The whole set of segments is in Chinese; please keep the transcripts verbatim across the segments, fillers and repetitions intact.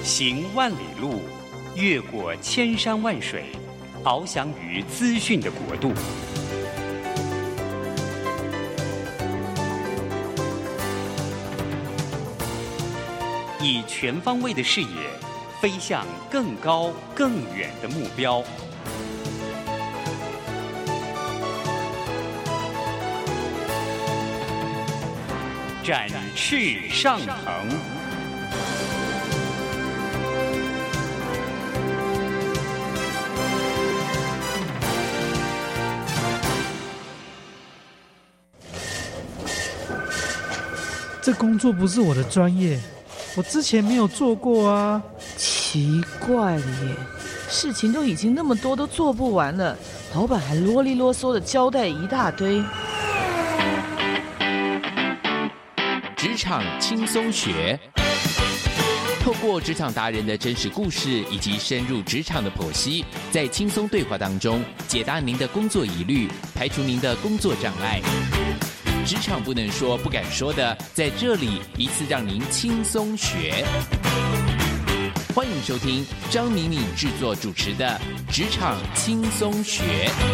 行万里路，越过千山万水，翱翔于资讯的国度。以全方位的视野，飞向更高更远的目标。展翅上腾。 这工作不是我的专业，我之前没有做过啊。 奇怪了耶，事情都已经那么多，都做不完了，老板还啰里啰嗦的交代一大堆。 职场轻松学，透过职场达人的真实故事以及深入职场的剖析，在轻松对话当中解答您的工作疑虑，排除您的工作障碍。职场不能说不敢说的，在这里一次让您轻松学。欢迎收听张敏敏制作主持的《职场轻松学》。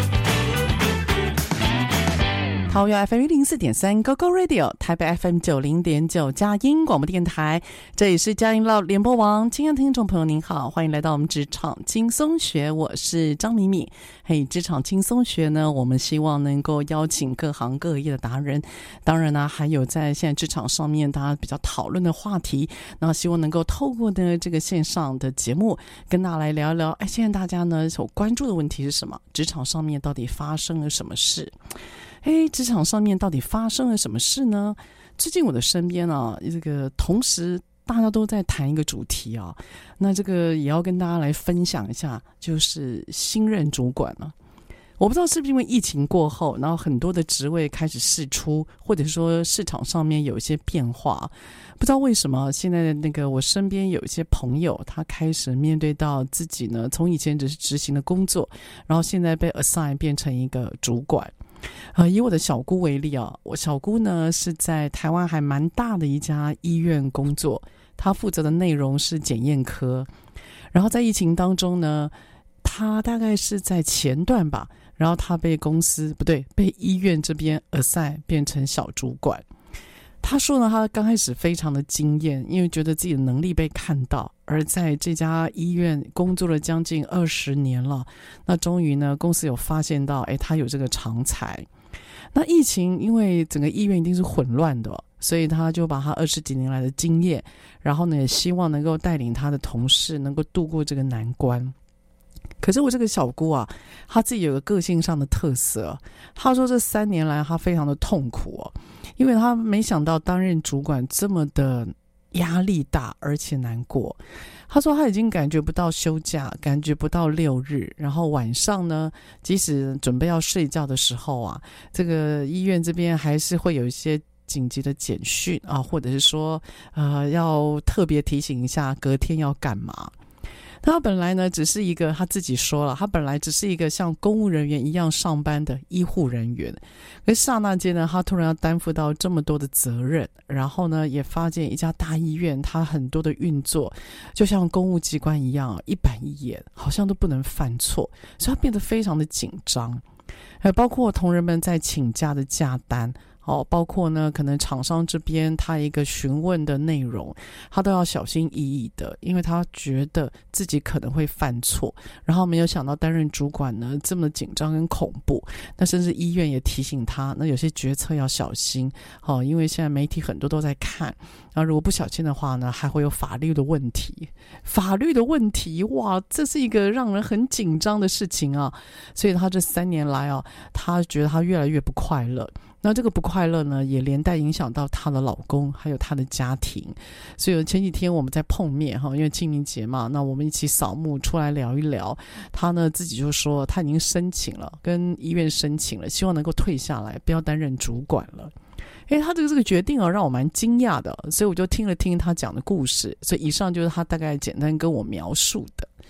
桃园 F M 一零四点三 Go Go Radio， 台北 F M 九零点九佳音广播电台，这里是佳音老联播网。亲爱的听众朋友您好，欢迎来到我们职场轻松学，我是张敏敏。嘿，职场轻松学呢，我们希望能够邀请各行各业的达人，当然呢，还有在现在职场上面大家比较讨论的话题，然后希望能够透过呢这个线上的节目，跟大家来聊一聊，哎，现在大家呢所关注的问题是什么？职场上面到底发生了什么事？哎，职场上面到底发生了什么事呢？最近我的身边啊，这个同时大家都在谈一个主题啊，那这个也要跟大家来分享一下，就是新任主管啊。我不知道是不是因为疫情过后，然后很多的职位开始释出，或者说市场上面有一些变化，不知道为什么现在的那个我身边有一些朋友，他开始面对到自己呢，从以前只是执行的工作，然后现在被 assign 变成一个主管。呃，以我的小姑为例啊，我小姑呢是在台湾还蛮大的一家医院工作，她负责的内容是检验科。然后在疫情当中呢，她大概是在前段吧，然后她被公司不对，被医院这边 assign 变成小主管。他说呢，他刚开始非常的惊艳，因为觉得自己的能力被看到，而在这家医院工作了将近二十年了，那终于呢，公司有发现到，哎，他有这个长才。那疫情因为整个医院一定是混乱的，所以他就把他二十几年来的经验，然后呢，也希望能够带领他的同事能够度过这个难关。可是我这个小姑啊，她自己有个个性上的特色，她说这三年来她非常的痛苦哦，因为她没想到担任主管这么的压力大而且难过。她说她已经感觉不到休假，感觉不到六日，然后晚上呢，即使准备要睡觉的时候啊，这个医院这边还是会有一些紧急的简讯啊，或者是说呃要特别提醒一下隔天要干嘛。他本来呢只是一个，他自己说了，他本来只是一个像公务人员一样上班的医护人员，可是刹那间呢，他突然要担负到这么多的责任，然后呢也发现一家大医院他很多的运作就像公务机关一样一板一眼，好像都不能犯错，所以他变得非常的紧张。还包括同仁们在请假的假单，哦，包括呢，可能厂商这边他一个询问的内容，他都要小心翼翼的，因为他觉得自己可能会犯错，然后没有想到担任主管呢这么紧张跟恐怖，那甚至医院也提醒他，那有些决策要小心，哦，因为现在媒体很多都在看，然后如果不小心的话呢，还会有法律的问题，法律的问题，哇，这是一个让人很紧张的事情啊，所以他这三年来啊，他觉得他越来越不快乐。那这个不快乐呢，也连带影响到她的老公还有她的家庭。所以前几天我们在碰面哈，因为清明节嘛，那我们一起扫墓出来聊一聊。她呢自己就说，她已经申请了，跟医院申请了，希望能够退下来，不要担任主管了。诶，他这个这个决定啊，让我蛮惊讶的，所以我就听了听他讲的故事。所以以上就是他大概简单跟我描述的。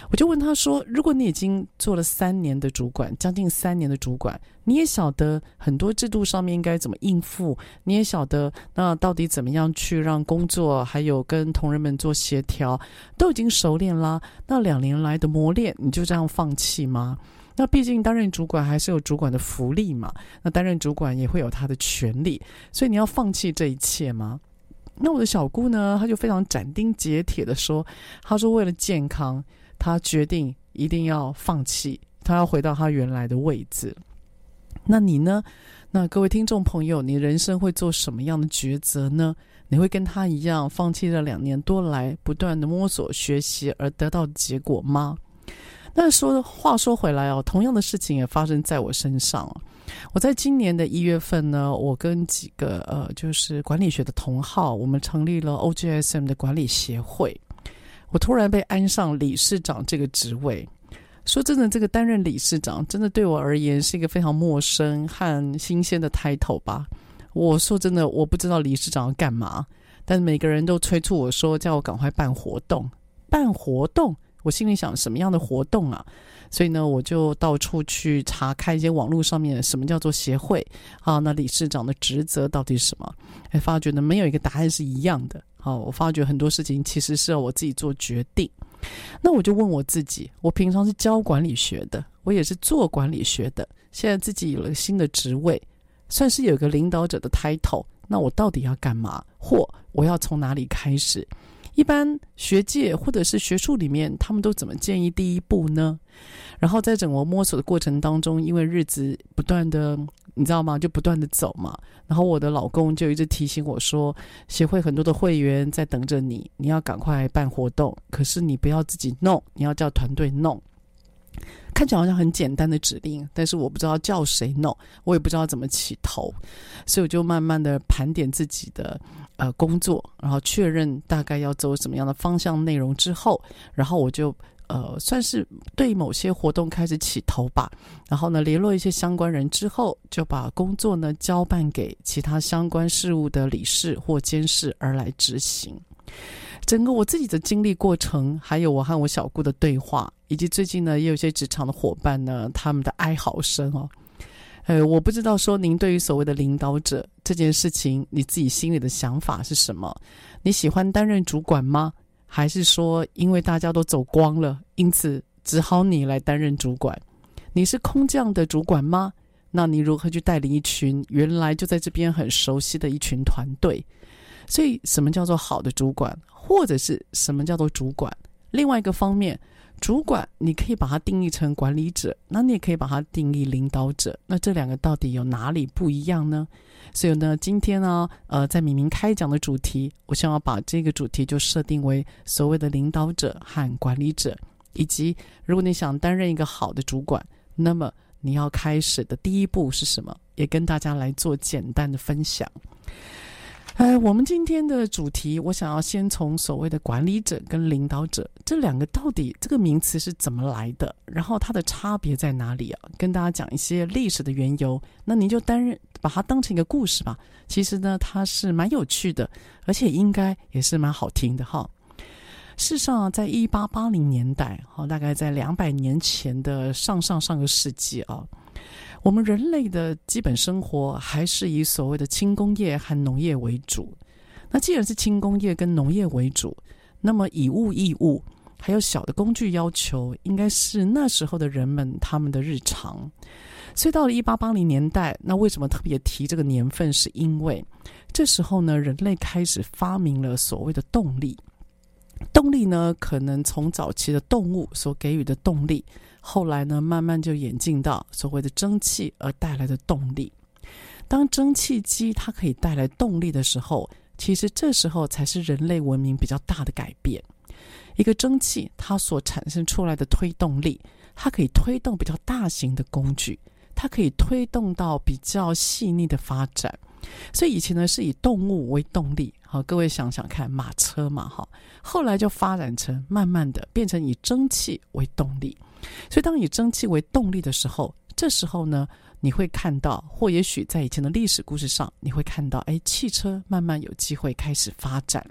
我就问他说，如果你已经做了三年的主管，将近三年的主管，你也晓得很多制度上面应该怎么应付，你也晓得那到底怎么样去让工作还有跟同仁们做协调，都已经熟练啦，那两年来的磨练你就这样放弃吗？那毕竟担任主管还是有主管的福利嘛，那担任主管也会有他的权利，所以你要放弃这一切吗？那我的小姑呢，她就非常斩钉截铁的说，她说为了健康，她决定一定要放弃，她要回到她原来的位置。那你呢？那各位听众朋友，你人生会做什么样的抉择呢？你会跟她一样放弃了两年多来不断的摸索学习而得到的结果吗？那说话说回来哦，同样的事情也发生在我身上哦。我在今年的一月份呢，我跟几个呃，就是管理学的同好，我们成立了 O G S M 的管理协会。我突然被安上理事长这个职位。说真的，这个担任理事长真的对我而言是一个非常陌生和新鲜的 title 吧。我说真的，我不知道理事长要干嘛，但每个人都催促我说，叫我赶快办活动。办活动？我心里想，什么样的活动啊？所以呢，我就到处去查看一些网络上面什么叫做协会啊，那理事长的职责到底是什么？哎，发觉呢没有一个答案是一样的。好，我发觉很多事情其实是要我自己做决定。那我就问我自己，我平常是教管理学的，我也是做管理学的，现在自己有了新的职位，算是有一个领导者的 title， 那我到底要干嘛？或我要从哪里开始？一般学界或者是学术里面，他们都怎么建议第一步呢？然后在整个摸索的过程当中，因为日子不断的，你知道吗？就不断的走嘛。然后我的老公就一直提醒我说，协会很多的会员在等着你，你要赶快办活动，可是你不要自己弄，你要叫团队弄。看起来好像很简单的指令，但是我不知道叫谁弄，我也不知道怎么起头，所以我就慢慢的盘点自己的呃工作，然后确认大概要走什么样的方向内容之后，然后我就呃算是对某些活动开始起头吧，然后呢联络一些相关人之后，就把工作呢交办给其他相关事务的理事或监事而来执行。整个我自己的经历过程，还有我和我小姑的对话，以及最近呢也有一些职场的伙伴呢他们的哀嚎声哦。呃，我不知道说您对于所谓的领导者这件事情，你自己心里的想法是什么？你喜欢担任主管吗？还是说因为大家都走光了，因此只好你来担任主管？你是空降的主管吗？那你如何去带领一群原来就在这边很熟悉的一群团队？所以什么叫做好的主管，或者是什么叫做主管？另外一个方面，主管你可以把它定义成管理者，那你也可以把它定义领导者，那这两个到底有哪里不一样呢？所以呢，今天呢呃，在明明开讲的主题，我想要把这个主题就设定为所谓的领导者和管理者，以及如果你想担任一个好的主管，那么你要开始的第一步是什么，也跟大家来做简单的分享。呃，我们今天的主题，我想要先从所谓的管理者跟领导者这两个到底这个名词是怎么来的，然后它的差别在哪里啊？跟大家讲一些历史的缘由。那您就担任把它当成一个故事吧。其实呢，它是蛮有趣的，而且应该也是蛮好听的哈。事实上啊，在一八八零年代，哈，大概在两百年前的上上上个世纪啊。我们人类的基本生活还是以所谓的轻工业和农业为主。那既然是轻工业跟农业为主，那么以物易物还有小的工具要求，应该是那时候的人们他们的日常。所以到了一八八零年代，那为什么特别提这个年份，是因为这时候呢，人类开始发明了所谓的动力。动力呢，可能从早期的动物所给予的动力，后来呢，慢慢就演进到所谓的蒸汽而带来的动力。当蒸汽机它可以带来动力的时候，其实这时候才是人类文明比较大的改变。一个蒸汽它所产生出来的推动力，它可以推动比较大型的工具，它可以推动到比较细腻的发展。所以以前呢是以动物为动力，好，各位想想看，马车嘛，哈，后来就发展成慢慢的变成以蒸汽为动力。所以当以蒸汽为动力的时候，这时候呢，你会看到，或也许在以前的历史故事上，你会看到，哎，汽车慢慢有机会开始发展了。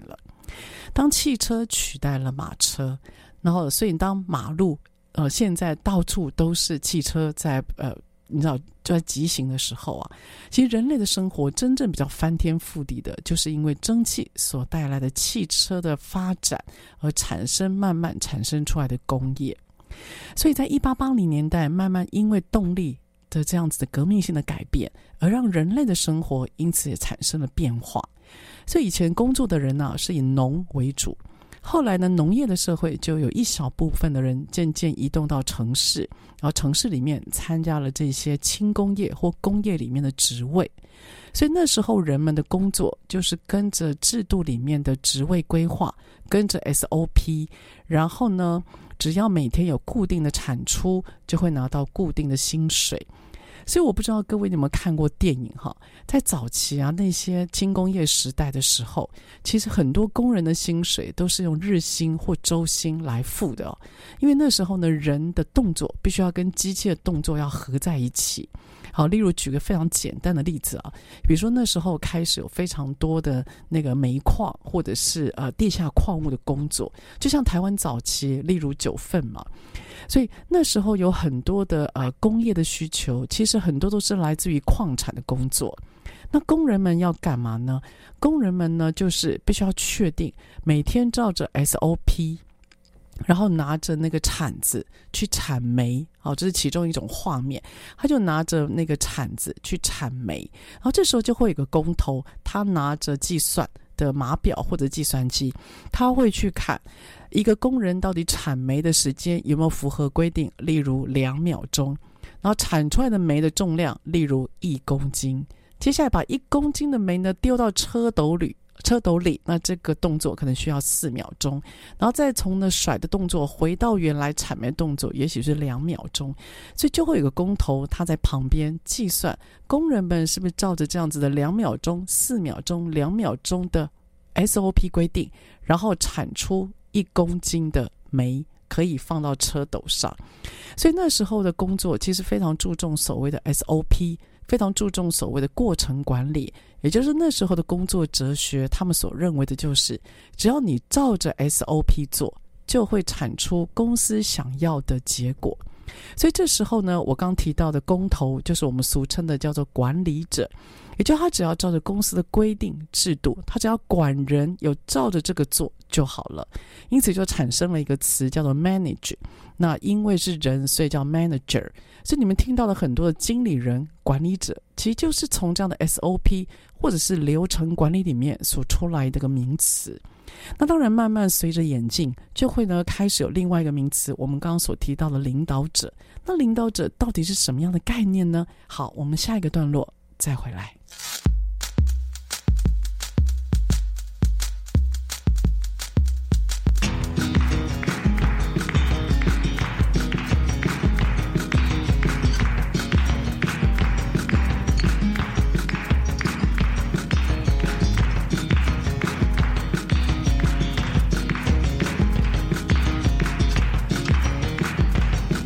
当汽车取代了马车，然后所以当马路呃现在到处都是汽车在呃你知道就在疾行的时候啊，其实人类的生活真正比较翻天覆地的，就是因为蒸汽所带来的汽车的发展而产生慢慢产生出来的工业。所以在一八八零年代慢慢因为动力的这样子的革命性的改变，而让人类的生活因此也产生了变化。所以以前工作的人啊是以农为主，后来呢农业的社会就有一小部分的人渐渐移动到城市，然后城市里面参加了这些轻工业或工业里面的职位。所以那时候人们的工作就是跟着制度里面的职位规划，跟着 S O P， 然后呢只要每天有固定的产出，就会拿到固定的薪水。所以我不知道各位有没有看过电影哈，在早期啊那些轻工业时代的时候，其实很多工人的薪水都是用日薪或周薪来付的哦。因为那时候呢人的动作必须要跟机器的动作要合在一起。好，例如举个非常简单的例子啊，比如说那时候开始有非常多的那个煤矿或者是呃地下矿物的工作，就像台湾早期例如九份嘛，所以那时候有很多的呃工业的需求，其实很多都是来自于矿产的工作。那工人们要干嘛呢？工人们呢就是必须要确定每天照着 S O P，然后拿着那个铲子去铲煤，好，这是其中一种画面。他就拿着那个铲子去铲煤，然后这时候就会有个工头，他拿着计算的码表或者计算机，他会去看一个工人到底铲煤的时间有没有符合规定，例如两秒钟，然后铲出来的煤的重量，例如一公斤。接下来把一公斤的煤呢丢到车斗里。车斗里，那这个动作可能需要四秒钟，然后再从呢甩的动作回到原来铲煤动作，也许是两秒钟，所以就会有个工头他在旁边计算工人们是不是照着这样子的两秒钟、四秒钟、两秒钟的 S O P 规定，然后产出一公斤的煤可以放到车斗上。所以那时候的工作其实非常注重所谓的 S O P， 非常注重所谓的过程管理，也就是那时候的工作哲学，他们所认为的就是只要你照着 S O P 做，就会产出公司想要的结果。所以这时候呢，我刚提到的工头就是我们俗称的叫做管理者，也就是他只要照着公司的规定制度，他只要管人有照着这个做就好了，因此就产生了一个词叫做 manage。 那因为是人，所以叫 manager。 所以你们听到的很多的经理人、管理者，其实就是从这样的 S O P 或者是流程管理里面所出来的一个名词。那当然慢慢随着演进，就会呢开始有另外一个名词，我们刚刚所提到的领导者。那领导者到底是什么样的概念呢？好，我们下一个段落再回来。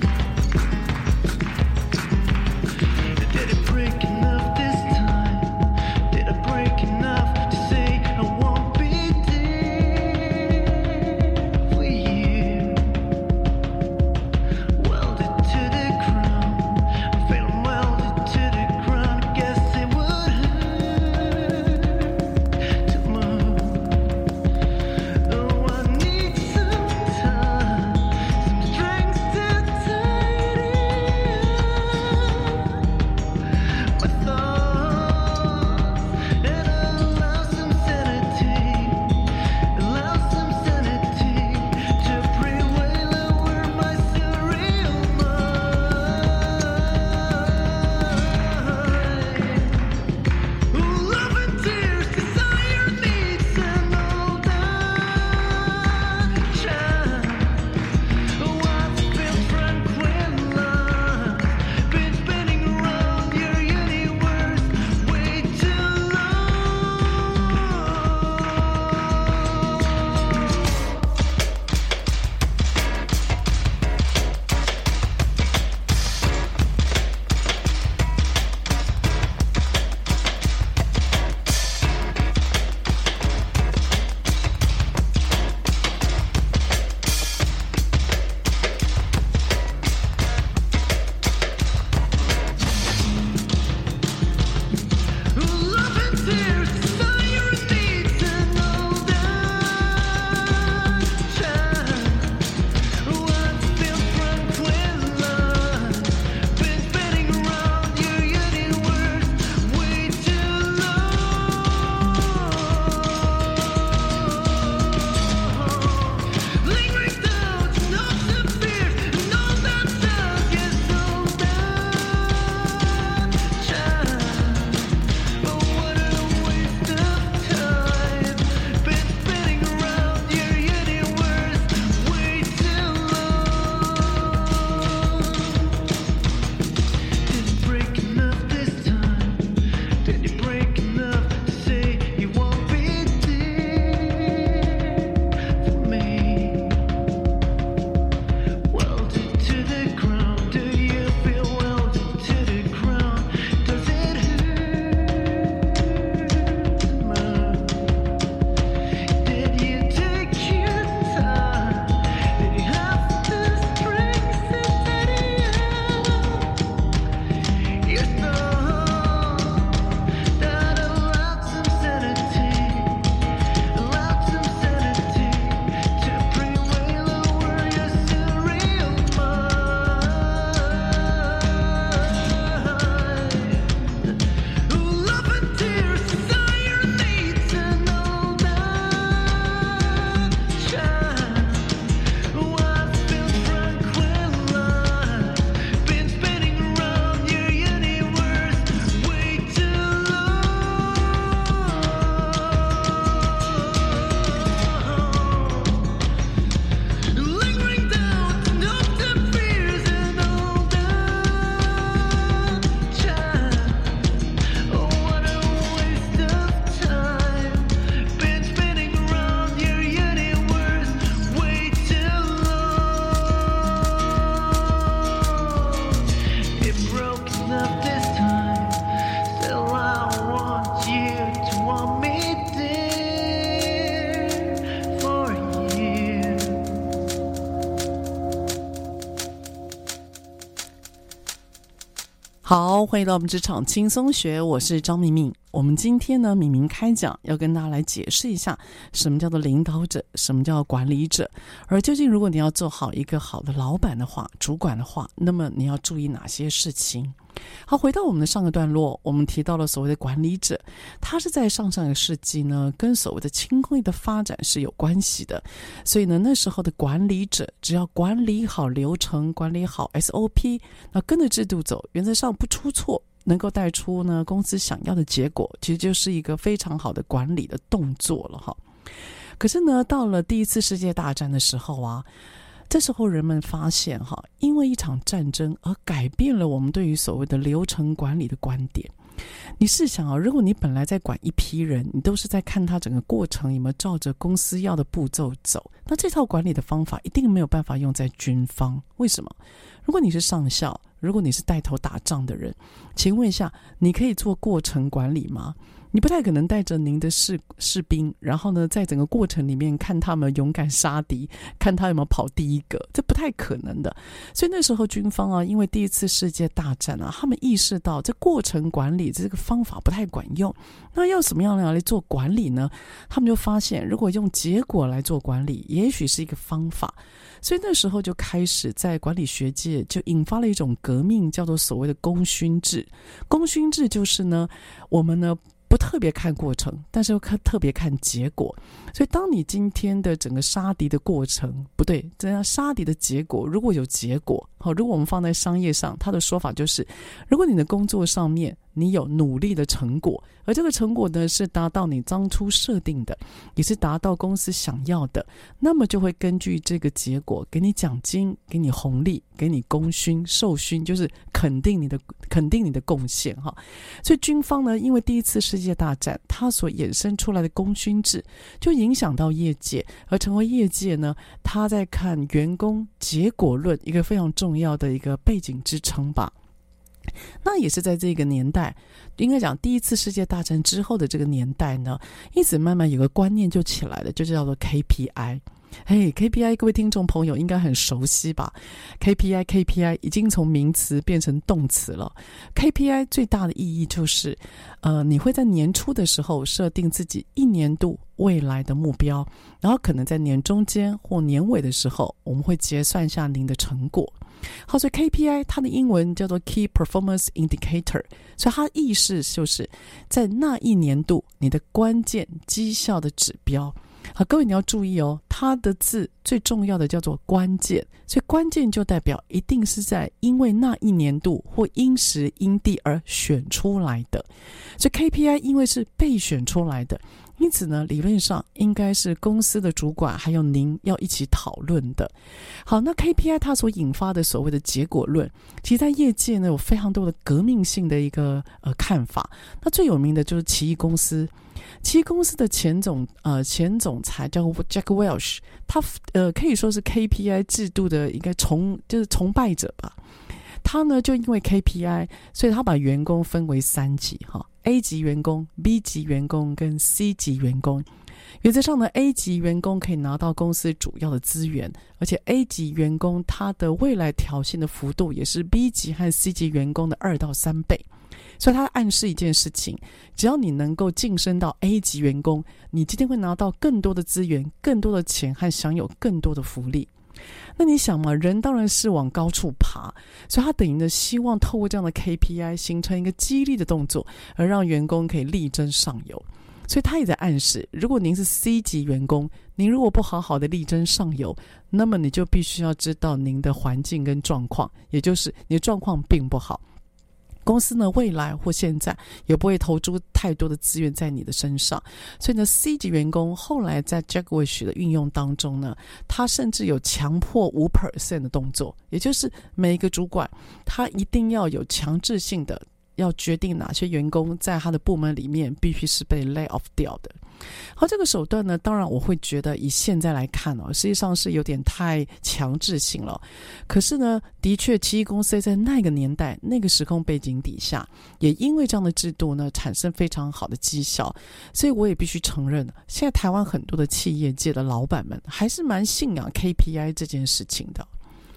Breaking up this time. 好，欢迎到我们职场轻松学，我是张明明。我们今天呢，明明开讲要跟大家来解释一下什么叫做领导者，什么叫管理者，而究竟如果你要做好一个好的老板的话，主管的话，那么你要注意哪些事情。好，回到我们的上个段落，我们提到了所谓的管理者，他是在上上个世纪呢，跟所谓的轻工业的发展是有关系的。所以呢，那时候的管理者只要管理好流程，管理好 S O P， 那跟着制度走，原则上不出错，能够带出呢公司想要的结果，其实就是一个非常好的管理的动作了哈。可是呢，到了第一次世界大战的时候啊，这时候人们发现哈，因为一场战争而改变了我们对于所谓的流程管理的观点。你试想啊，如果你本来在管一批人，你都是在看他整个过程有没有照着公司要的步骤走，那这套管理的方法一定没有办法用在军方。为什么？如果你是上校，如果你是带头打仗的人，请问一下，你可以做过程管理吗？你不太可能带着您的士士兵，然后呢，在整个过程里面看他们勇敢杀敌，看他有没有跑第一个，这不太可能的。所以那时候军方啊，因为第一次世界大战啊，他们意识到这过程管理这个方法不太管用，那要什么样来做管理呢？他们就发现，如果用结果来做管理，也许是一个方法。所以那时候就开始在管理学界就引发了一种革命，叫做所谓的功勋制。功勋制就是呢，我们呢不特别看过程，但是又看特别看结果。所以当你今天的整个杀敌的过程不对，这样杀敌的结果如果有结果，好，如果我们放在商业上，他的说法就是如果你的工作上面你有努力的成果，而这个成果呢是达到你当初设定的，也是达到公司想要的，那么就会根据这个结果给你奖金，给你红利，给你功勋授勋，就是肯定你的肯定你的贡献哈。所以军方呢，因为第一次世界大战它所衍生出来的功勋制，就影响到业界，而成为业界呢他在看员工结果论一个非常重要的一个背景支撑吧。那也是在这个年代，应该讲第一次世界大战之后的这个年代呢，因此慢慢有个观念就起来了，就叫做 K P I。嘿、hey, K P I 各位听众朋友应该很熟悉吧？ K P I K P I 已经从名词变成动词了。 K P I 最大的意义就是呃，你会在年初的时候设定自己一年度未来的目标，然后可能在年中间或年尾的时候，我们会结算一下您的成果。好，所以 K P I 它的英文叫做 Key Performance Indicator， 所以它的意思就是在那一年度你的关键绩效的指标。好，各位你要注意哦，它的字最重要的叫做关键，所以关键就代表一定是在因为那一年度或因时因地而选出来的，所以 K P I 因为是被选出来的，因此呢，理论上应该是公司的主管还有您要一起讨论的。好，那 K P I 它所引发的所谓的结果论，其实在业界呢有非常多的革命性的一个呃看法。那最有名的就是奇异公司。奇异公司的前总呃前总裁叫 Jack Welch， 他呃可以说是 K P I 制度的一个崇就是崇拜者吧。他呢就因为 K P I， 所以他把员工分为三级哈 ，A 级员工、B 级员工跟 C 级员工。原则上呢 ，A 级员工可以拿到公司主要的资源，而且 A 级员工他的未来调薪的幅度也是 B 级和 C 级员工的二到三倍。所以它暗示一件事情，只要你能够晋升到 A 级员工，你今天会拿到更多的资源、更多的钱和享有更多的福利。那你想嘛，人当然是往高处爬，所以他等于呢希望透过这样的 K P I 形成一个激励的动作，而让员工可以力争上游。所以他也在暗示，如果您是 C 级员工，您如果不好好的力争上游，那么你就必须要知道您的环境跟状况，也就是你的状况并不好。公司呢未来或现在也不会投注太多的资源在你的身上，所以呢 C 级员工后来在 Jack Welch 的运用当中呢，他甚至有强迫 百分之五 的动作，也就是每一个主管他一定要有强制性的要决定哪些员工在他的部门里面必须是被 lay off 掉的。好，这个手段呢，当然我会觉得以现在来看哦，实际上是有点太强制性了。可是呢，的确奇异公司在那个年代那个时空背景底下，也因为这样的制度呢产生非常好的绩效，所以我也必须承认，现在台湾很多的企业界的老板们还是蛮信仰 K P I 这件事情的。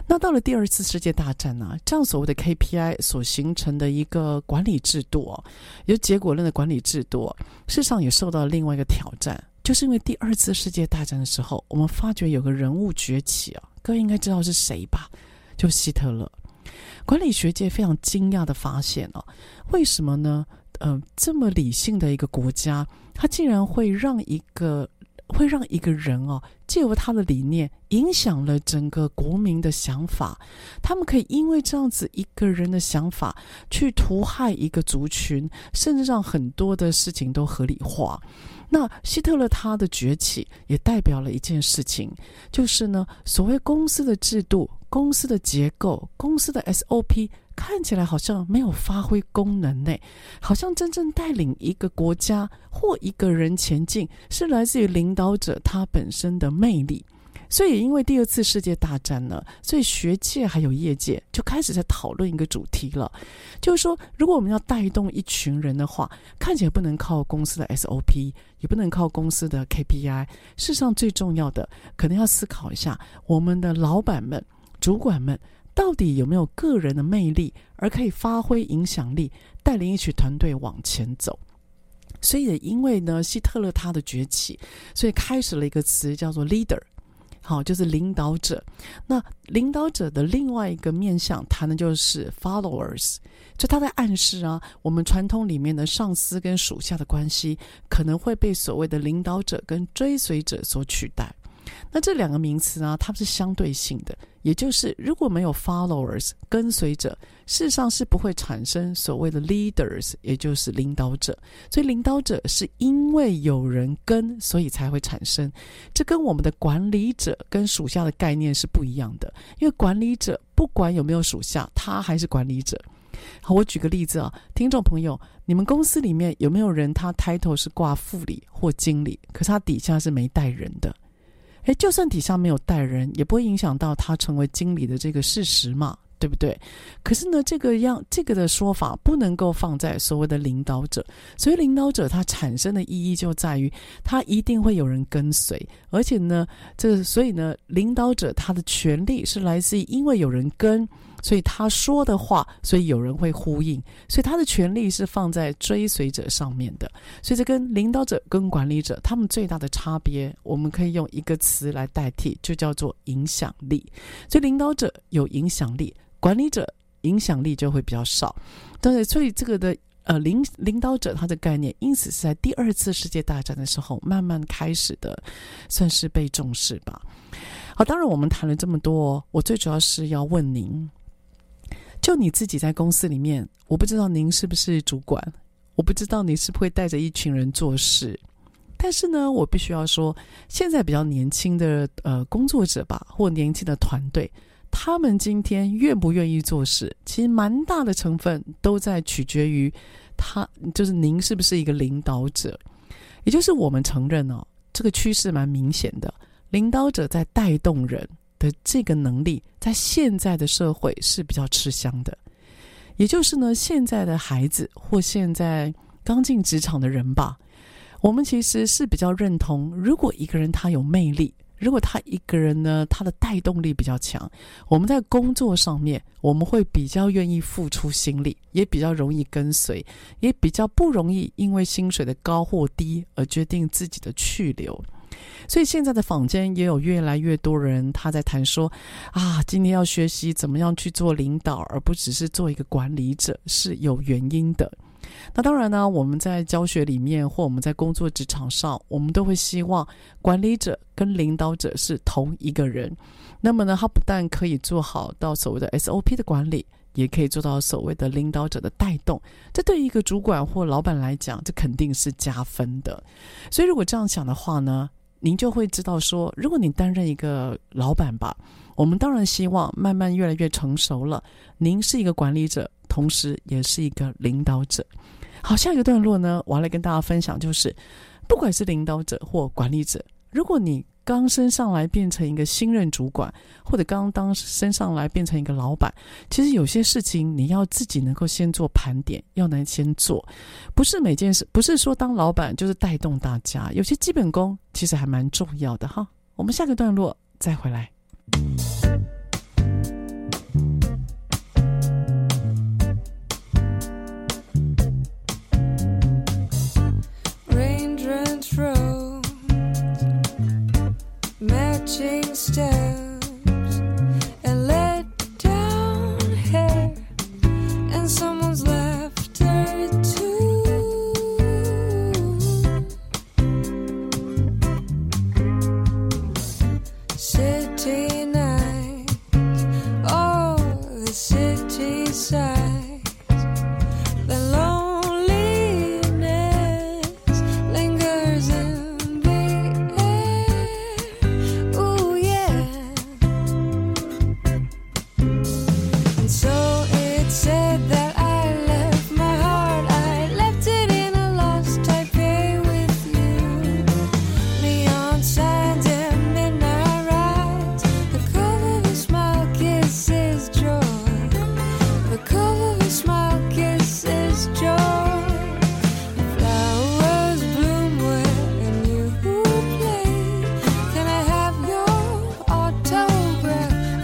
那到了第二次世界大战呢、啊，这样所谓的 K P I 所形成的一个管理制度哦，有结果论的管理制度、哦，事实上也受到了另外一个挑战，就是因为第二次世界大战的时候，我们发觉有个人物崛起啊，各位应该知道是谁吧？就希特勒。管理学界非常惊讶的发现哦，为什么呢？呃，这么理性的一个国家，他竟然会让一个会让一个人哦，借由他的理念影响了整个国民的想法，他们可以因为这样子一个人的想法去屠害一个族群，甚至让很多的事情都合理化。那希特勒他的崛起也代表了一件事情，就是呢，所谓公司的制度、公司的结构、公司的 S O P看起来好像没有发挥功能呢，好像真正带领一个国家或一个人前进是来自于领导者他本身的魅力。所以因为第二次世界大战呢，所以学界还有业界就开始在讨论一个主题了，就是说如果我们要带动一群人的话，看起来不能靠公司的 S O P， 也不能靠公司的 K P I， 事实上最重要的可能要思考一下，我们的老板们、主管们到底有没有个人的魅力，而可以发挥影响力，带领一群团队往前走。所以也因为呢希特勒他的崛起，所以开始了一个词叫做 leader，好，就是领导者。那领导者的另外一个面向谈的就是 followers， 就他在暗示啊，我们传统里面的上司跟属下的关系可能会被所谓的领导者跟追随者所取代。那这两个名词啊，它们是相对性的，也就是如果没有 followers 跟随者，事实上是不会产生所谓的 leaders， 也就是领导者。所以领导者是因为有人跟，所以才会产生。这跟我们的管理者跟属下的概念是不一样的，因为管理者不管有没有属下，他还是管理者。好，我举个例子啊，听众朋友，你们公司里面有没有人他 title 是挂副理或经理，可是他底下是没带人的？诶，就算底下没有带人，也不会影响到他成为经理的这个事实嘛，对不对？可是呢，这个样这个的说法不能够放在所谓的领导者。所以领导者他产生的意义就在于，他一定会有人跟随，而且呢，这所以呢，领导者他的权力是来自于因为有人跟。所以他说的话，所以有人会呼应，所以他的权力是放在追随者上面的。所以这跟领导者跟管理者他们最大的差别，我们可以用一个词来代替，就叫做影响力。所以领导者有影响力，管理者影响力就会比较少。对，所以这个的呃领领导者他的概念，因此是在第二次世界大战的时候慢慢开始的，算是被重视吧。好，当然我们谈了这么多，我最主要是要问您，就你自己在公司里面，我不知道您是不是主管，我不知道你是不是会带着一群人做事，但是呢，我必须要说，现在比较年轻的呃工作者吧，或年轻的团队，他们今天愿不愿意做事，其实蛮大的成分都在取决于他，就是您是不是一个领导者。也就是我们承认哦，这个趋势蛮明显的，领导者在带动人的这个能力在现在的社会是比较吃香的。也就是呢，现在的孩子或现在刚进职场的人吧，我们其实是比较认同，如果一个人他有魅力，如果他一个人呢他的带动力比较强，我们在工作上面我们会比较愿意付出心力，也比较容易跟随，也比较不容易因为薪水的高或低而决定自己的去留。所以现在的坊间也有越来越多人他在谈说啊，今天要学习怎么样去做领导，而不只是做一个管理者，是有原因的。那当然呢，我们在教学里面或我们在工作职场上，我们都会希望管理者跟领导者是同一个人。那么呢，他不但可以做好到所谓的 S O P 的管理，也可以做到所谓的领导者的带动，这对于一个主管或老板来讲，这肯定是加分的。所以如果这样想的话呢，您就会知道说，如果你担任一个老板吧，我们当然希望慢慢越来越成熟了，您是一个管理者，同时也是一个领导者。好，下一个段落呢，我要来跟大家分享，就是不管是领导者或管理者，如果你刚升上来变成一个新任主管，或者刚当升上来变成一个老板，其实有些事情你要自己能够先做盘点，要能先做，不是每件事，不是说当老板就是带动大家，有些基本功其实还蛮重要的哈。我们下个段落再回来。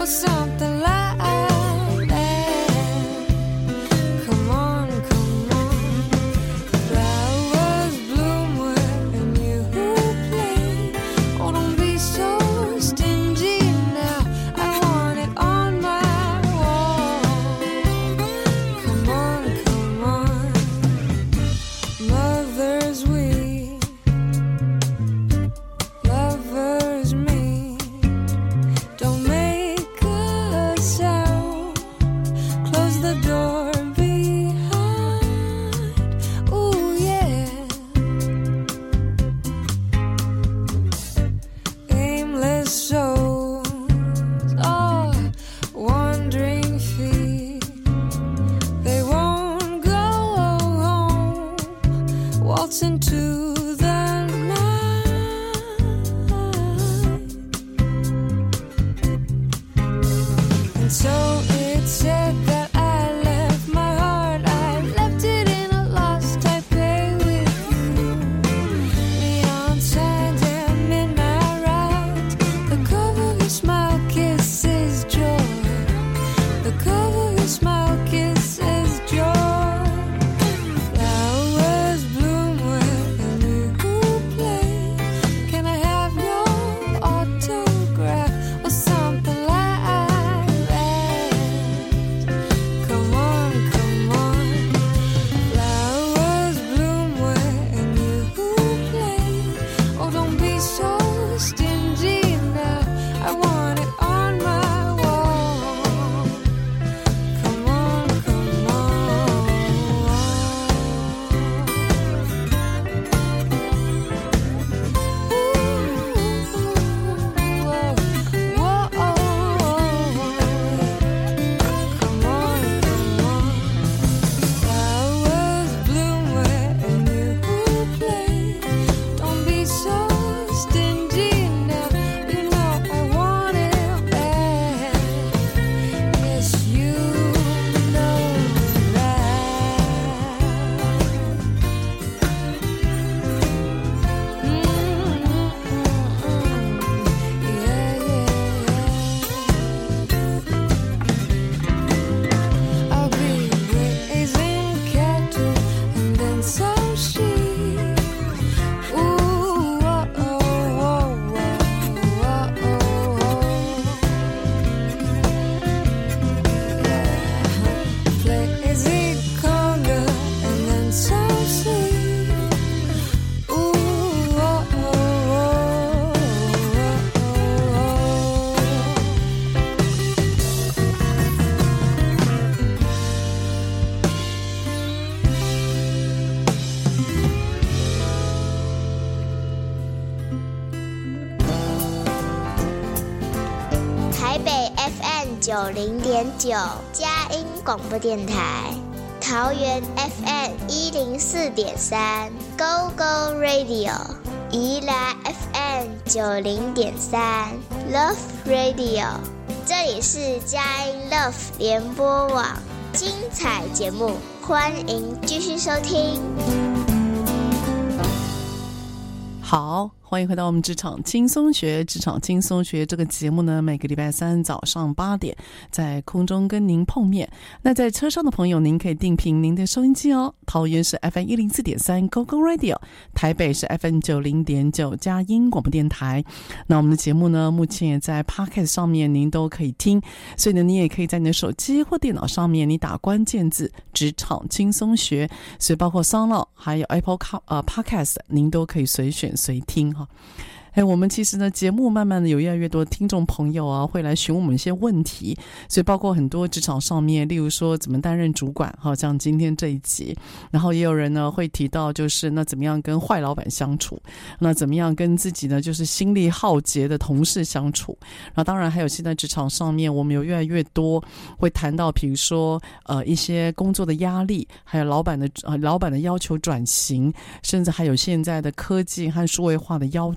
or something like that. Come on, come on. Flowers bloom when you play. Oh, don't be so stingy now. I want it on my wall. Come on, come on. Mother's weak, lover's mean. Don't make a sound. Close the door behind. Ooh, yeah. Aimless souls, oh, wandering feet. They won't go home. Waltz into the night. And so it's said that I left my heart. I left it in a lost Taipei with you. Neon signs and midnight rides. The cover of your smile kisses joy. The cover of your smile kisses joy. Flowers bloom when you play. Can I have your autograph or something like that? Come on, come on. Flowers bloom when you play. Oh, don't be so stingy now. I want it on my wall. Come on, come on. Ooh, whoa, whoa. Come on, come on. Flowers bloom when you play. Don't be so stingy now. You know I want it bad. Yes, you know that. Yeah, yeah. I'll be raising cattle and then some sheep. Ooh, oh, oh, oh, oh, oh, oh. Lazy conga and then some sleep. Ooh, oh, oh, oh, oh, oh. 台北 F M 九零点九，佳音广播电台；桃园 F M 一零四点三 ，Go Go Radio；宜兰 F M 九零点三 ，Love Radio。这里是佳音 Love 联播网，精彩节目，欢迎继续收听。 好，欢迎回到我们职场轻松学。职场轻松学这个节目呢，每个礼拜三早上八点在空中跟您碰面。那在车上的朋友，您可以定频您的收音机哦。桃园是 F M 一零四点三 Go Go Radio， 台北是 F M 九零点九佳音广播电台。那我们的节目呢，目前也在 Podcast 上面您都可以听，所以呢，你也可以在你的手机或电脑上面，你打关键字职场轻松学，所以包括 SoundCloud 还有 Apple 呃 Podcast， 您都可以随选随听哈。哎，我们其实呢，节目慢慢的有越来越多听众朋友啊，会来询问我们一些问题，所以包括很多职场上面，例如说怎么担任主管，好像今天这一集，然后也有人呢会提到，就是那怎么样跟坏老板相处，那怎么样跟自己呢就是心力浩劫的同事相处，那当然还有现在职场上面，我们有越来越多会谈到，比如说呃一些工作的压力，还有老板的呃老板的要求转型，甚至还有现在的科技和数位化的要求。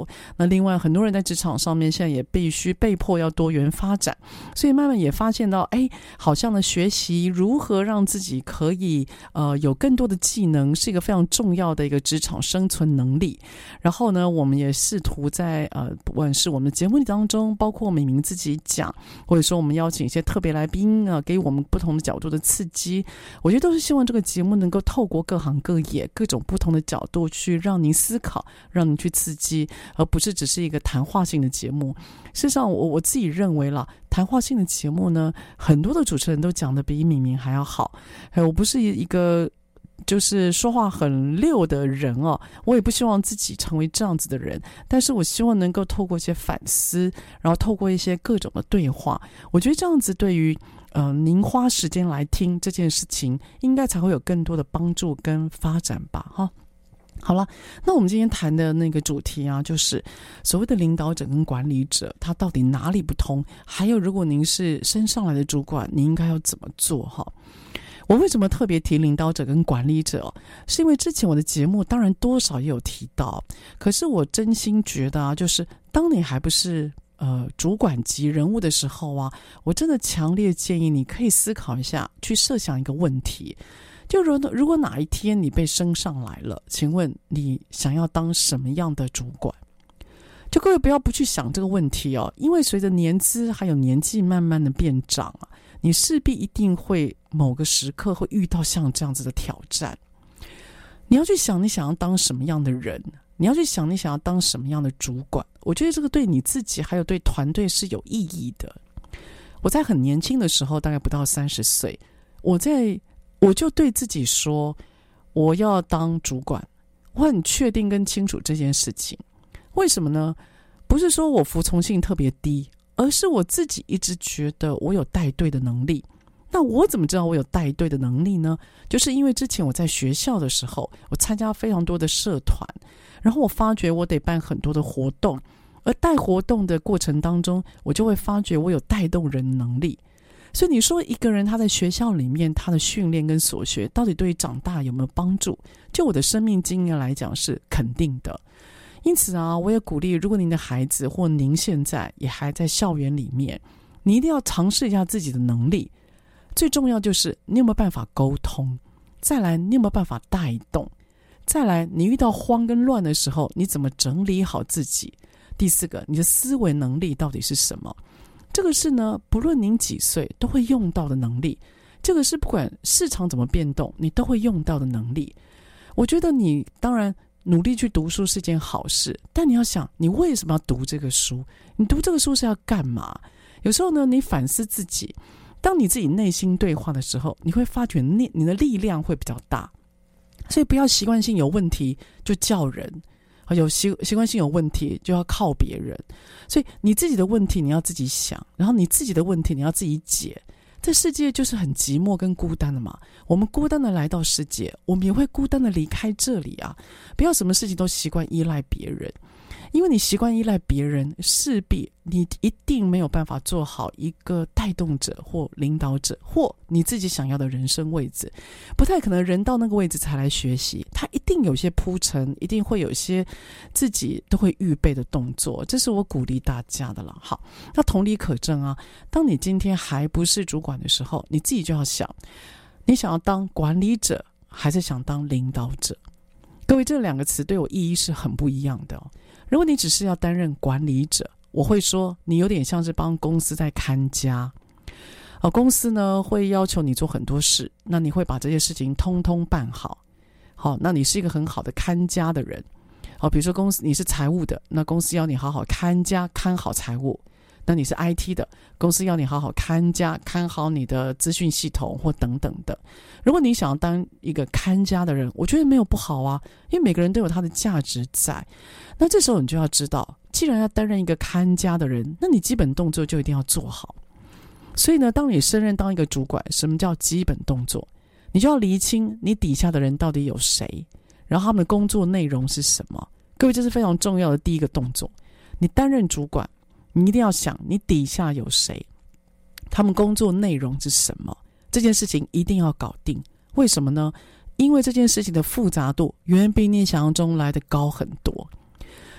求。那另外很多人在职场上面现在也必须被迫要多元发展，所以慢慢也发现到，哎，好像呢学习如何让自己可以呃有更多的技能是一个非常重要的一个职场生存能力。然后呢，我们也试图在呃不管是我们的节目当中，包括美名自己讲，或者说我们邀请一些特别来宾啊、呃，给我们不同的角度的刺激，我觉得都是希望这个节目能够透过各行各业各种不同的角度去让您思考，让您去刺激，而不是只是一个谈话性的节目。事实上我我自己认为啦，谈话性的节目呢，很多的主持人都讲得比敏敏还要好。我不是一个就是说话很溜的人哦，我也不希望自己成为这样子的人，但是我希望能够透过一些反思，然后透过一些各种的对话，我觉得这样子对于呃您花时间来听这件事情，应该才会有更多的帮助跟发展吧哈。好了，那我们今天谈的那个主题啊，就是所谓的领导者跟管理者，他到底哪里不同？还有，如果您是升上来的主管，你应该要怎么做哈？我为什么特别提领导者跟管理者？是因为之前我的节目当然多少也有提到，可是我真心觉得啊，就是当你还不是呃主管级人物的时候啊，我真的强烈建议你可以思考一下，去设想一个问题。就如如果哪一天你被升上来了，请问你想要当什么样的主管？就各位不要不去想这个问题哦，因为随着年资还有年纪慢慢的变长啊，你势必一定会某个时刻会遇到像这样子的挑战。你要去想你想要当什么样的人，你要去想你想要当什么样的主管，我觉得这个对你自己还有对团队是有意义的。我在很年轻的时候，大概不到三十岁，我在我就对自己说我要当主管，我很确定跟清楚这件事情。为什么呢？不是说我服从性特别低，而是我自己一直觉得我有带队的能力。那我怎么知道我有带队的能力呢？就是因为之前我在学校的时候，我参加非常多的社团，然后我发觉我得办很多的活动，而带活动的过程当中，我就会发觉我有带动人的能力。所以你说一个人他在学校里面他的训练跟所学到底对于长大有没有帮助？就我的生命经验来讲是肯定的。因此啊，我也鼓励如果您的孩子或您现在也还在校园里面，你一定要尝试一下自己的能力。最重要就是你有没有办法沟通，再来你有没有办法带动，再来你遇到慌跟乱的时候你怎么整理好自己，第四个你的思维能力到底是什么。这个是呢，不论您几岁都会用到的能力，这个是不管市场怎么变动你都会用到的能力。我觉得你当然努力去读书是件好事，但你要想你为什么要读这个书，你读这个书是要干嘛？有时候呢，你反思自己，当你自己内心对话的时候，你会发觉你你的力量会比较大。所以不要习惯性有问题就叫人，有习习惯性有问题就要靠别人。所以你自己的问题你要自己想，然后你自己的问题你要自己解。这世界就是很寂寞跟孤单的嘛，我们孤单的来到世界，我们也会孤单的离开这里啊。不要什么事情都习惯依赖别人，因为你习惯依赖别人，势必你一定没有办法做好一个带动者或领导者或你自己想要的人生位置。不太可能人到那个位置才来学习，他一定有些铺陈，一定会有些自己都会预备的动作，这是我鼓励大家的了。好，那同理可证啊，当你今天还不是主管的时候，你自己就要想，你想要当管理者还是想当领导者？各位，这两个词对我意义是很不一样的哦。如果你只是要担任管理者，我会说你有点像是帮公司在看家。呃，公司呢会要求你做很多事，那你会把这些事情通通办好。好，那你是一个很好的看家的人。好，比如说公司你是财务的，那公司要你好好看家，看好财务。那你是 I T 的，公司要你好好看家，看好你的资讯系统或等等的。如果你想要当一个看家的人，我觉得没有不好啊，因为每个人都有他的价值在。那这时候你就要知道，既然要担任一个看家的人，那你基本动作就一定要做好。所以呢，当你升任当一个主管，什么叫基本动作？你就要厘清你底下的人到底有谁，然后他们的工作内容是什么。各位，这是非常重要的第一个动作。你担任主管，你一定要想你底下有谁，他们工作内容是什么，这件事情一定要搞定。为什么呢？因为这件事情的复杂度远比你想象中来的高很多。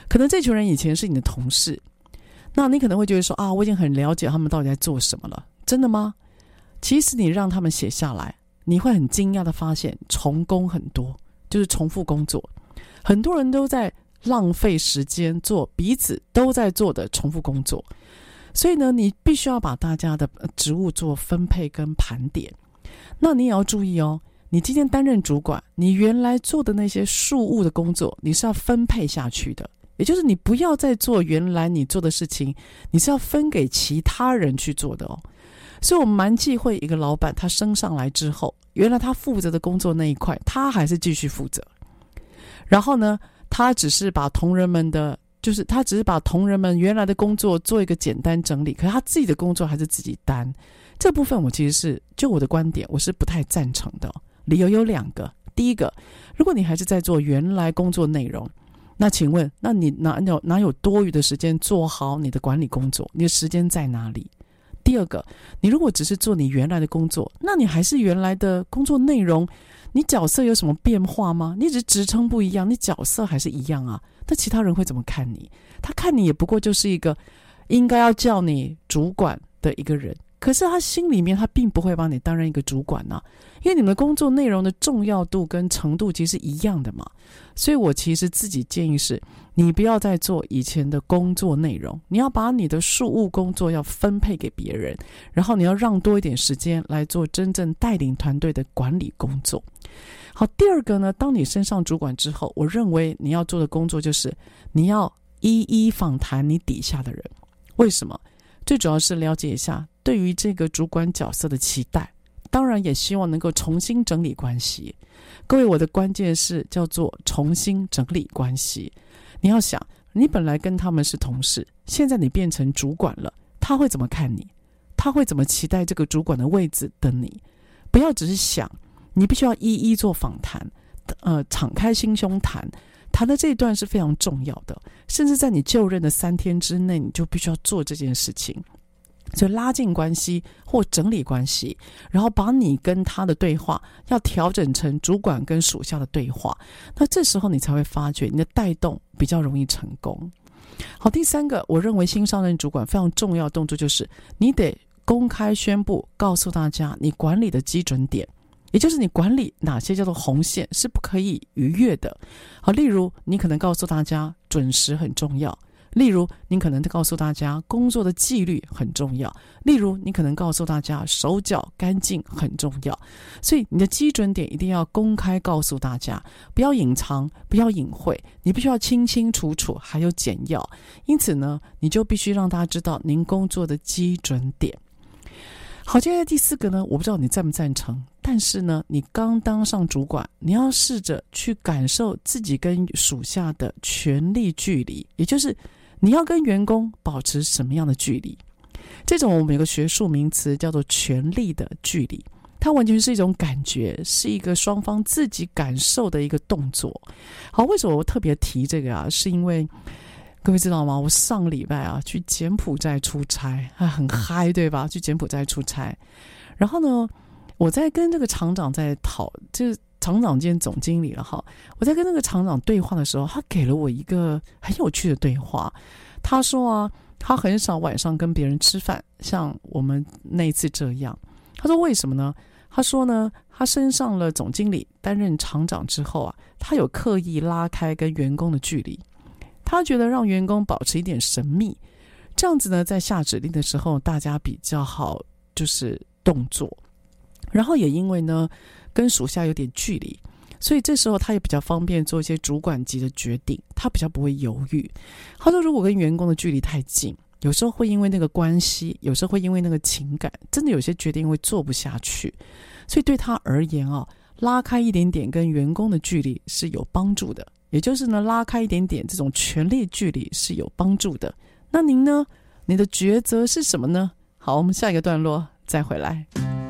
可能这群人以前是你的同事，那你可能会觉得说啊，我已经很了解他们到底在做什么了。真的吗？其实你让他们写下来，你会很惊讶的发现重工很多，就是重复工作。很多人都在浪费时间做彼此都在做的重复工作。所以呢，你必须要把大家的职务做分配跟盘点。那你也要注意哦，你今天担任主管，你原来做的那些事务的工作，你是要分配下去的。也就是你不要再做原来你做的事情，你是要分给其他人去做的哦。所以我们蛮忌讳一个老板他升上来之后，原来他负责的工作那一块他还是继续负责，然后呢他只是把同仁们的就是他只是把同仁们原来的工作做一个简单整理，可是他自己的工作还是自己担。这部分我其实是就我的观点我是不太赞成的哦。理由有两个。第一个，如果你还是在做原来工作内容，那请问那你哪有哪有多余的时间做好你的管理工作？你的时间在哪里？第二个，你如果只是做你原来的工作，那你还是原来的工作内容，你角色有什么变化吗？你只是职称不一样，你角色还是一样啊。那其他人会怎么看你？他看你也不过就是一个应该要叫你主管的一个人，可是他心里面他并不会把你担任一个主管啊，因为你们的工作内容的重要度跟程度其实是一样的嘛。所以我其实自己建议是，你不要再做以前的工作内容，你要把你的事务工作要分配给别人，然后你要让多一点时间来做真正带领团队的管理工作。好，第二个呢，当你升上主管之后，我认为你要做的工作就是你要一一访谈你底下的人。为什么？最主要是了解一下对于这个主管角色的期待，当然也希望能够重新整理关系。各位，我的关键是叫做重新整理关系。你要想，你本来跟他们是同事，现在你变成主管了，他会怎么看你？他会怎么期待这个主管的位置的你？不要只是想，你必须要一一做访谈，呃，敞开心胸谈。谈的这一段是非常重要的，甚至在你就任的三天之内，你就必须要做这件事情。所以拉近关系或整理关系，然后把你跟他的对话要调整成主管跟属下的对话，那这时候你才会发觉你的带动比较容易成功。好，第三个，我认为新上任主管非常重要的动作就是你得公开宣布，告诉大家你管理的基准点，也就是你管理哪些叫做红线是不可以逾越的。好，例如你可能告诉大家准时很重要，例如你可能告诉大家工作的纪律很重要，例如你可能告诉大家手脚干净很重要。所以你的基准点一定要公开告诉大家，不要隐藏，不要隐晦，你必须要清清楚楚还有简要。因此呢，你就必须让大家知道您工作的基准点。好，接下来第四个呢，我不知道你赞不赞成，但是呢，你刚当上主管，你要试着去感受自己跟属下的权力距离，也就是你要跟员工保持什么样的距离。这种我们有个学术名词叫做权力的距离，它完全是一种感觉，是一个双方自己感受的一个动作。好，为什么我特别提这个啊？是因为各位知道吗？我上个礼拜啊去柬埔寨出差啊，很嗨对吧？去柬埔寨出差，然后呢，我在跟这个厂长在讨，就是厂长兼总经理了哈。我在跟那个厂长对话的时候，他给了我一个很有趣的对话。他说啊，他很少晚上跟别人吃饭，像我们那一次这样。他说为什么呢？他说呢，他升上了总经理，担任厂长之后啊，他有刻意拉开跟员工的距离。他觉得让员工保持一点神秘，这样子呢，在下指令的时候，大家比较好就是动作。然后也因为呢，跟属下有点距离，所以这时候他也比较方便做一些主管级的决定，他比较不会犹豫。他说，如果跟员工的距离太近，有时候会因为那个关系，有时候会因为那个情感，真的有些决定会做不下去。所以对他而言啊，拉开一点点跟员工的距离是有帮助的。也就是呢，拉开一点点这种权力距离是有帮助的。那您呢？你的抉择是什么呢？好，我们下一个段落再回来。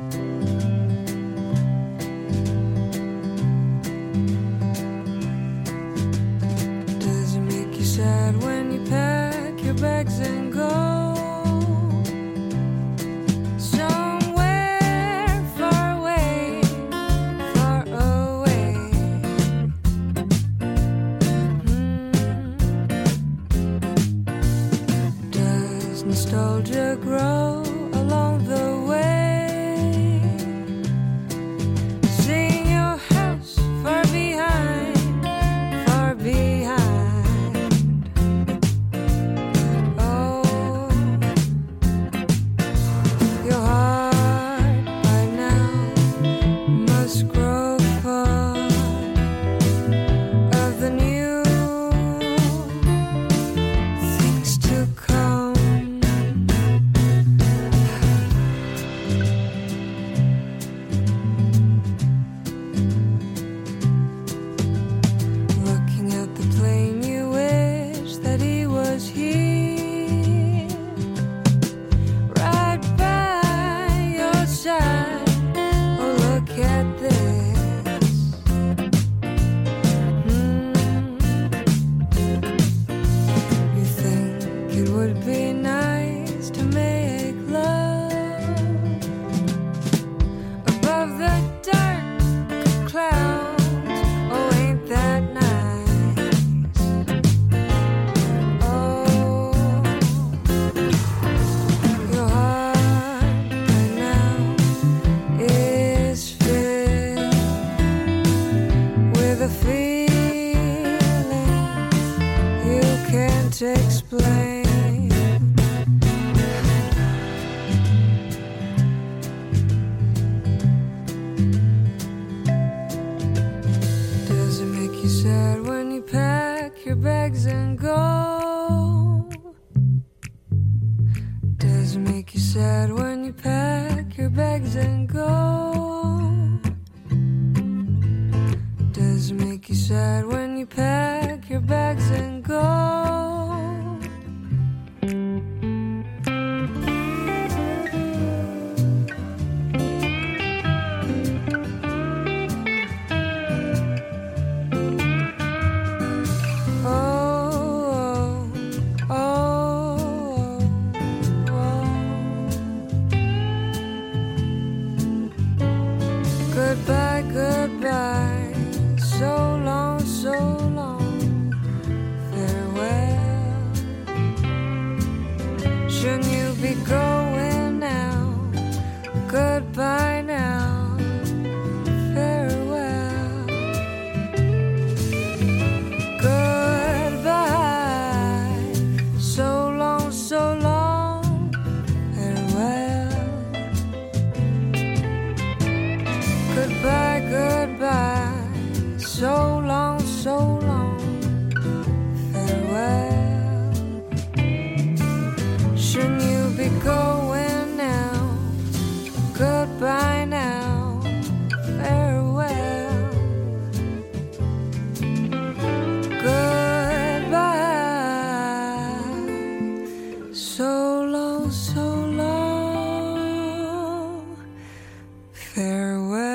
Does it make you sad when you pack your bags and go? make you sad when you pack your bags and go? Does it make you sad when you pack your bags and go? Goodbye, goodbye, so long, so long, farewell. Shouldn't you be going now? Goodbye now, farewell. Goodbye, so long, so long, farewell. Goodbye, goodbye, so long, so long, farewell. Shouldn't you be going now? Goodbye now, farewell. Goodbye, so long, so long, farewell.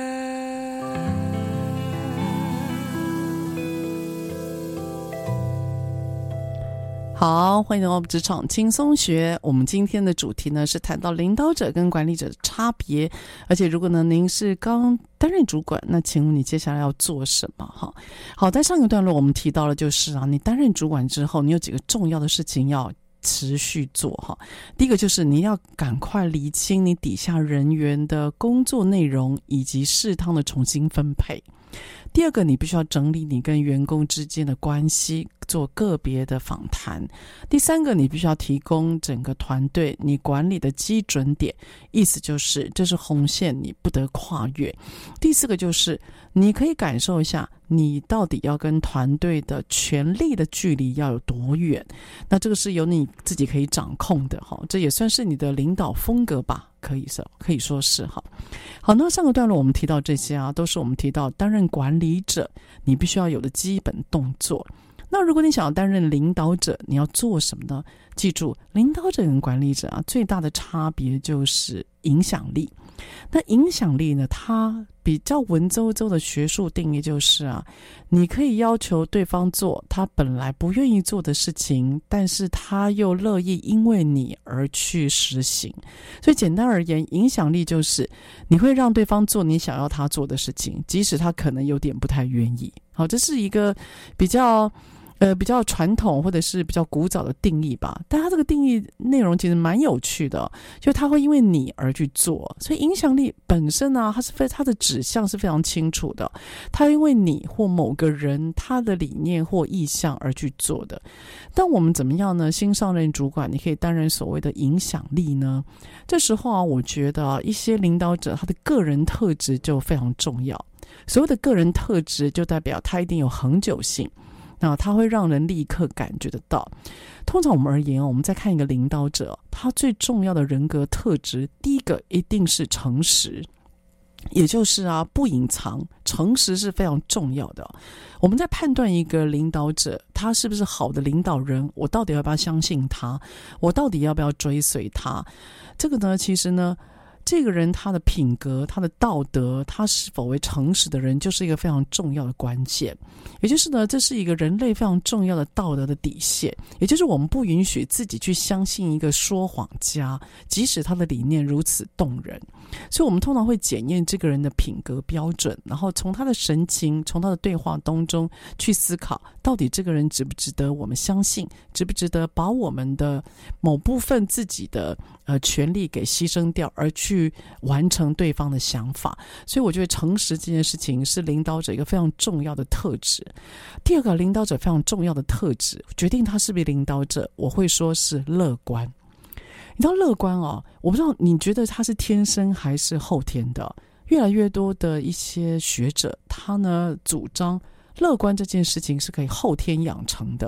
好，欢迎来到职场轻松学。我们今天的主题呢是谈到领导者跟管理者的差别，而且如果呢您是刚担任主管，那请问你接下来要做什么？哈，好，在上一个段落我们提到了，就是啊，你担任主管之后，你有几个重要的事情要持续做哈。第一个就是你要赶快厘清你底下人员的工作内容，以及适当的重新分配。第二个，你必须要整理你跟员工之间的关系，做个别的访谈。第三个，你必须要提供整个团队你管理的基准点，意思就是这是红线，你不得跨越。第四个就是你可以感受一下你到底要跟团队的权力的距离要有多远，那这个是由你自己可以掌控的，这也算是你的领导风格吧，可以说可以说是哈。好，那上个段落我们提到这些啊，都是我们提到担任管理者你必须要有的基本动作。那如果你想要担任领导者，你要做什么呢？记住，领导者跟管理者啊，最大的差别就是影响力。那影响力呢，它比较文绉绉的学术定义就是啊，你可以要求对方做他本来不愿意做的事情，但是他又乐意因为你而去实行。所以简单而言，影响力就是你会让对方做你想要他做的事情，即使他可能有点不太愿意。好，这是一个比较呃，比较传统或者是比较古早的定义吧，但它这个定义内容其实蛮有趣的，就它会因为你而去做，所以影响力本身呢，它是非它的指向是非常清楚的，它因为你或某个人他的理念或意向而去做的。但我们怎么样呢？新上任主管，你可以担任所谓的影响力呢？这时候啊，我觉得啊，一些领导者他的个人特质就非常重要。所谓的个人特质，就代表他一定有恒久性。那它会让人立刻感觉得到。通常我们而言，我们在看一个领导者，他最重要的人格特质，第一个一定是诚实，也就是啊不隐藏，诚实是非常重要的。我们在判断一个领导者他是不是好的领导人，我到底要不要相信他，我到底要不要追随他，这个呢其实呢这个人他的品格，他的道德，他是否为诚实的人，就是一个非常重要的关键。也就是呢，这是一个人类非常重要的道德的底线，也就是我们不允许自己去相信一个说谎家，即使他的理念如此动人。所以我们通常会检验这个人的品格标准，然后从他的神情，从他的对话当中去思考，到底这个人值不值得我们相信，值不值得把我们的某部分自己的呃权利给牺牲掉，而去完成对方的想法。所以我觉得诚实这件事情是领导者一个非常重要的特质。第二个领导者非常重要的特质，决定他是不是领导者，我会说是乐观。你知道乐观哦，我不知道你觉得他是天生还是后天的。越来越多的一些学者，他呢主张乐观这件事情是可以后天养成的。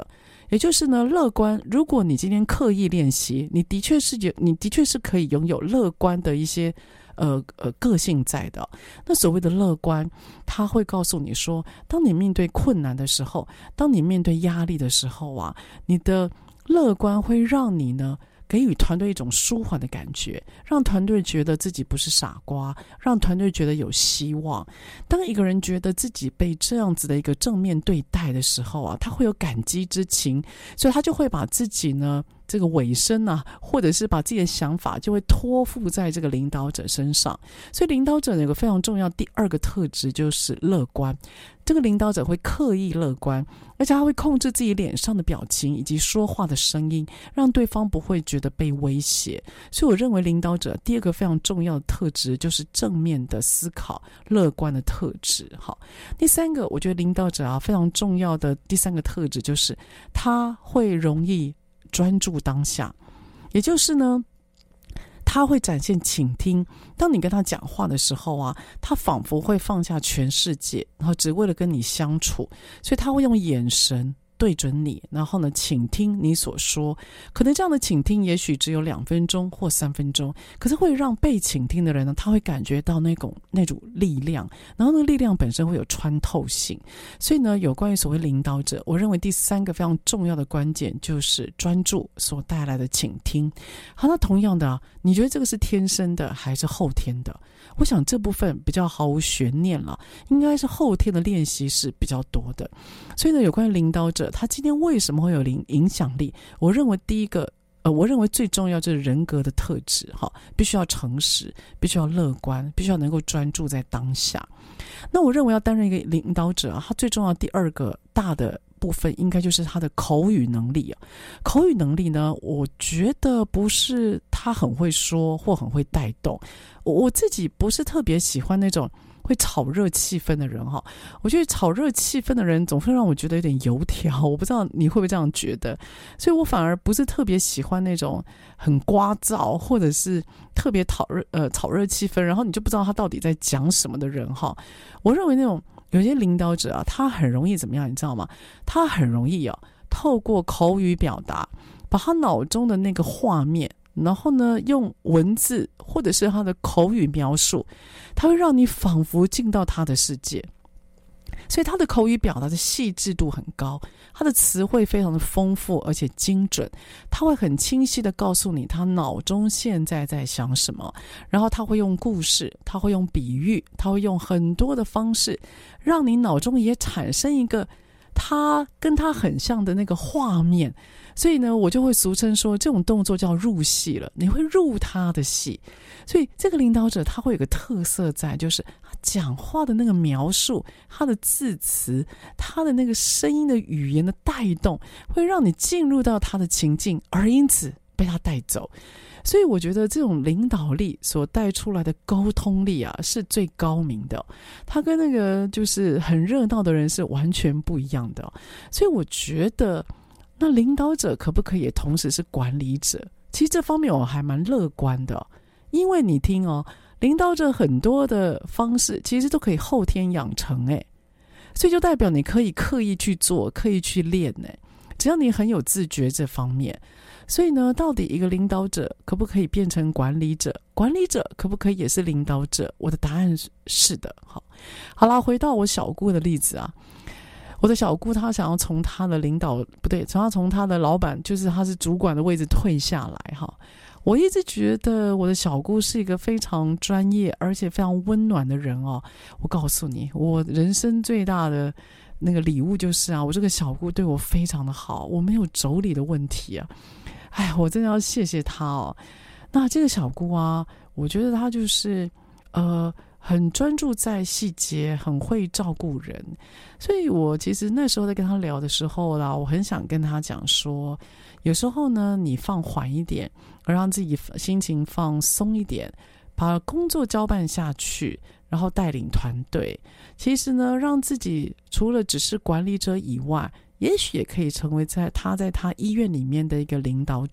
也就是呢，乐观，如果你今天刻意练习，你的确是有，你的确是可以拥有乐观的一些呃呃个性在的。那所谓的乐观，他会告诉你说，当你面对困难的时候，当你面对压力的时候啊，你的乐观会让你呢给予团队一种舒缓的感觉，让团队觉得自己不是傻瓜，让团队觉得有希望。当一个人觉得自己被这样子的一个正面对待的时候啊，他会有感激之情，所以他就会把自己呢这个尾声啊，或者是把自己的想法就会托付在这个领导者身上。所以领导者有个非常重要第二个特质，就是乐观。这个领导者会刻意乐观，而且他会控制自己脸上的表情以及说话的声音，让对方不会觉得被威胁。所以我认为领导者第二个非常重要的特质就是正面的思考，乐观的特质。好，第三个我觉得领导者啊非常重要的第三个特质就是他会容易专注当下，也就是呢他会展现倾听。当你跟他讲话的时候啊，他仿佛会放下全世界，然后只为了跟你相处，所以他会用眼神对准你，然后呢倾听你所说。可能这样的倾听也许只有两分钟或三分钟，可是会让被倾听的人呢，他会感觉到那种那种力量，然后那个力量本身会有穿透性。所以呢，有关于所谓领导者，我认为第三个非常重要的关键就是专注所带来的倾听。好，那同样的啊，你觉得这个是天生的还是后天的？我想这部分比较毫无悬念了，应该是后天的练习是比较多的。所以呢，有关于领导者他今天为什么会有影响力，我认为第一个呃，我认为最重要就是人格的特质，哈，必须要诚实，必须要乐观，必须要能够专注在当下。那我认为要担任一个领导者啊，他最重要的第二个大的部分应该就是他的口语能力啊。口语能力呢，我觉得不是他很会说或很会带动，我我自己不是特别喜欢那种会炒热气氛的人哈。我觉得炒热气氛的人总会让我觉得有点油条，我不知道你会不会这样觉得。所以我反而不是特别喜欢那种很聒噪或者是特别炒热呃炒热气氛，然后你就不知道他到底在讲什么的人哈。我认为那种有些领导者啊，他很容易怎么样，你知道吗？他很容易啊，透过口语表达，把他脑中的那个画面，然后呢，用文字或者是他的口语描述，他会让你仿佛进到他的世界。所以他的口语表达的细致度很高，他的词汇非常的丰富而且精准，他会很清晰的告诉你他脑中现在在想什么，然后他会用故事，他会用比喻，他会用很多的方式，让你脑中也产生一个他跟他很像的那个画面。所以呢，我就会俗称说这种动作叫入戏了，你会入他的戏。所以这个领导者他会有个特色在，就是他讲话的那个描述，他的字词，他的那个声音的语言的带动，会让你进入到他的情境，而因此被他带走。所以我觉得这种领导力所带出来的沟通力啊，是最高明的，他跟那个就是很热闹的人是完全不一样的。所以我觉得那领导者可不可以也同时是管理者？其实这方面我还蛮乐观的，因为你听哦，领导者很多的方式其实都可以后天养成，诶，所以就代表你可以刻意去做，刻意去练，诶，只要你很有自觉这方面。所以呢，到底一个领导者可不可以变成管理者？管理者可不可以也是领导者？我的答案是是的。好，好啦，回到我小姑的例子啊。我的小姑她想要从她的领导不对，想要从她的老板，就是她是主管的位置退下来哈。我一直觉得我的小姑是一个非常专业而且非常温暖的人哦。我告诉你，我人生最大的那个礼物就是啊，我这个小姑对我非常的好，我没有妯娌的问题啊。哎，我真的要谢谢她哦。那这个小姑啊，我觉得她就是呃。很专注在细节，很会照顾人。所以我其实那时候在跟他聊的时候啦，我很想跟他讲说，有时候呢你放缓一点，而让自己心情放松一点，把工作交办下去，然后带领团队，其实呢让自己除了只是管理者以外，也许也可以成为在他在他医院里面的一个领导者，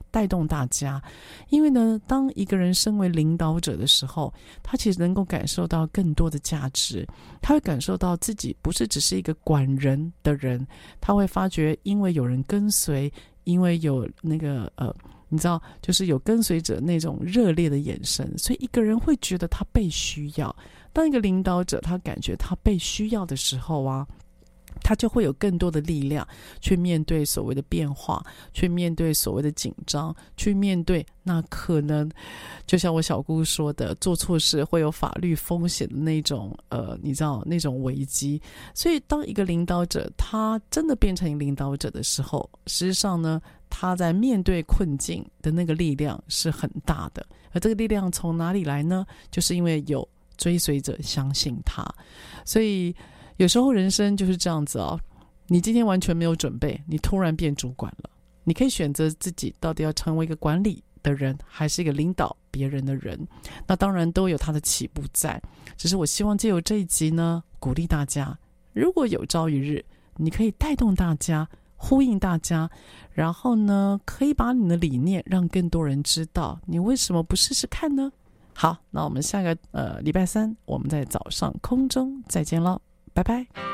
带动大家。因为呢，当一个人身为领导者的时候，他其实能够感受到更多的价值，他会感受到自己不是只是一个管人的人，他会发觉因为有人跟随，因为有那个呃你知道，就是有跟随者那种热烈的眼神，所以一个人会觉得他被需要。当一个领导者他感觉他被需要的时候啊，他就会有更多的力量去面对所谓的变化，去面对所谓的紧张，去面对那可能就像我小姑说的，做错事会有法律风险的那种呃，你知道那种危机。所以当一个领导者他真的变成一个领导者的时候，实际上呢，他在面对困境的那个力量是很大的。而这个力量从哪里来呢？就是因为有追随者相信他。所以有时候人生就是这样子哦，你今天完全没有准备，你突然变主管了，你可以选择自己到底要成为一个管理的人，还是一个领导别人的人。那当然都有他的起步在，只是我希望借由这一集呢，鼓励大家，如果有朝一日你可以带动大家，呼应大家，然后呢可以把你的理念让更多人知道，你为什么不试试看呢？好，那我们下个呃礼拜三我们在早上空中再见咯，拜拜。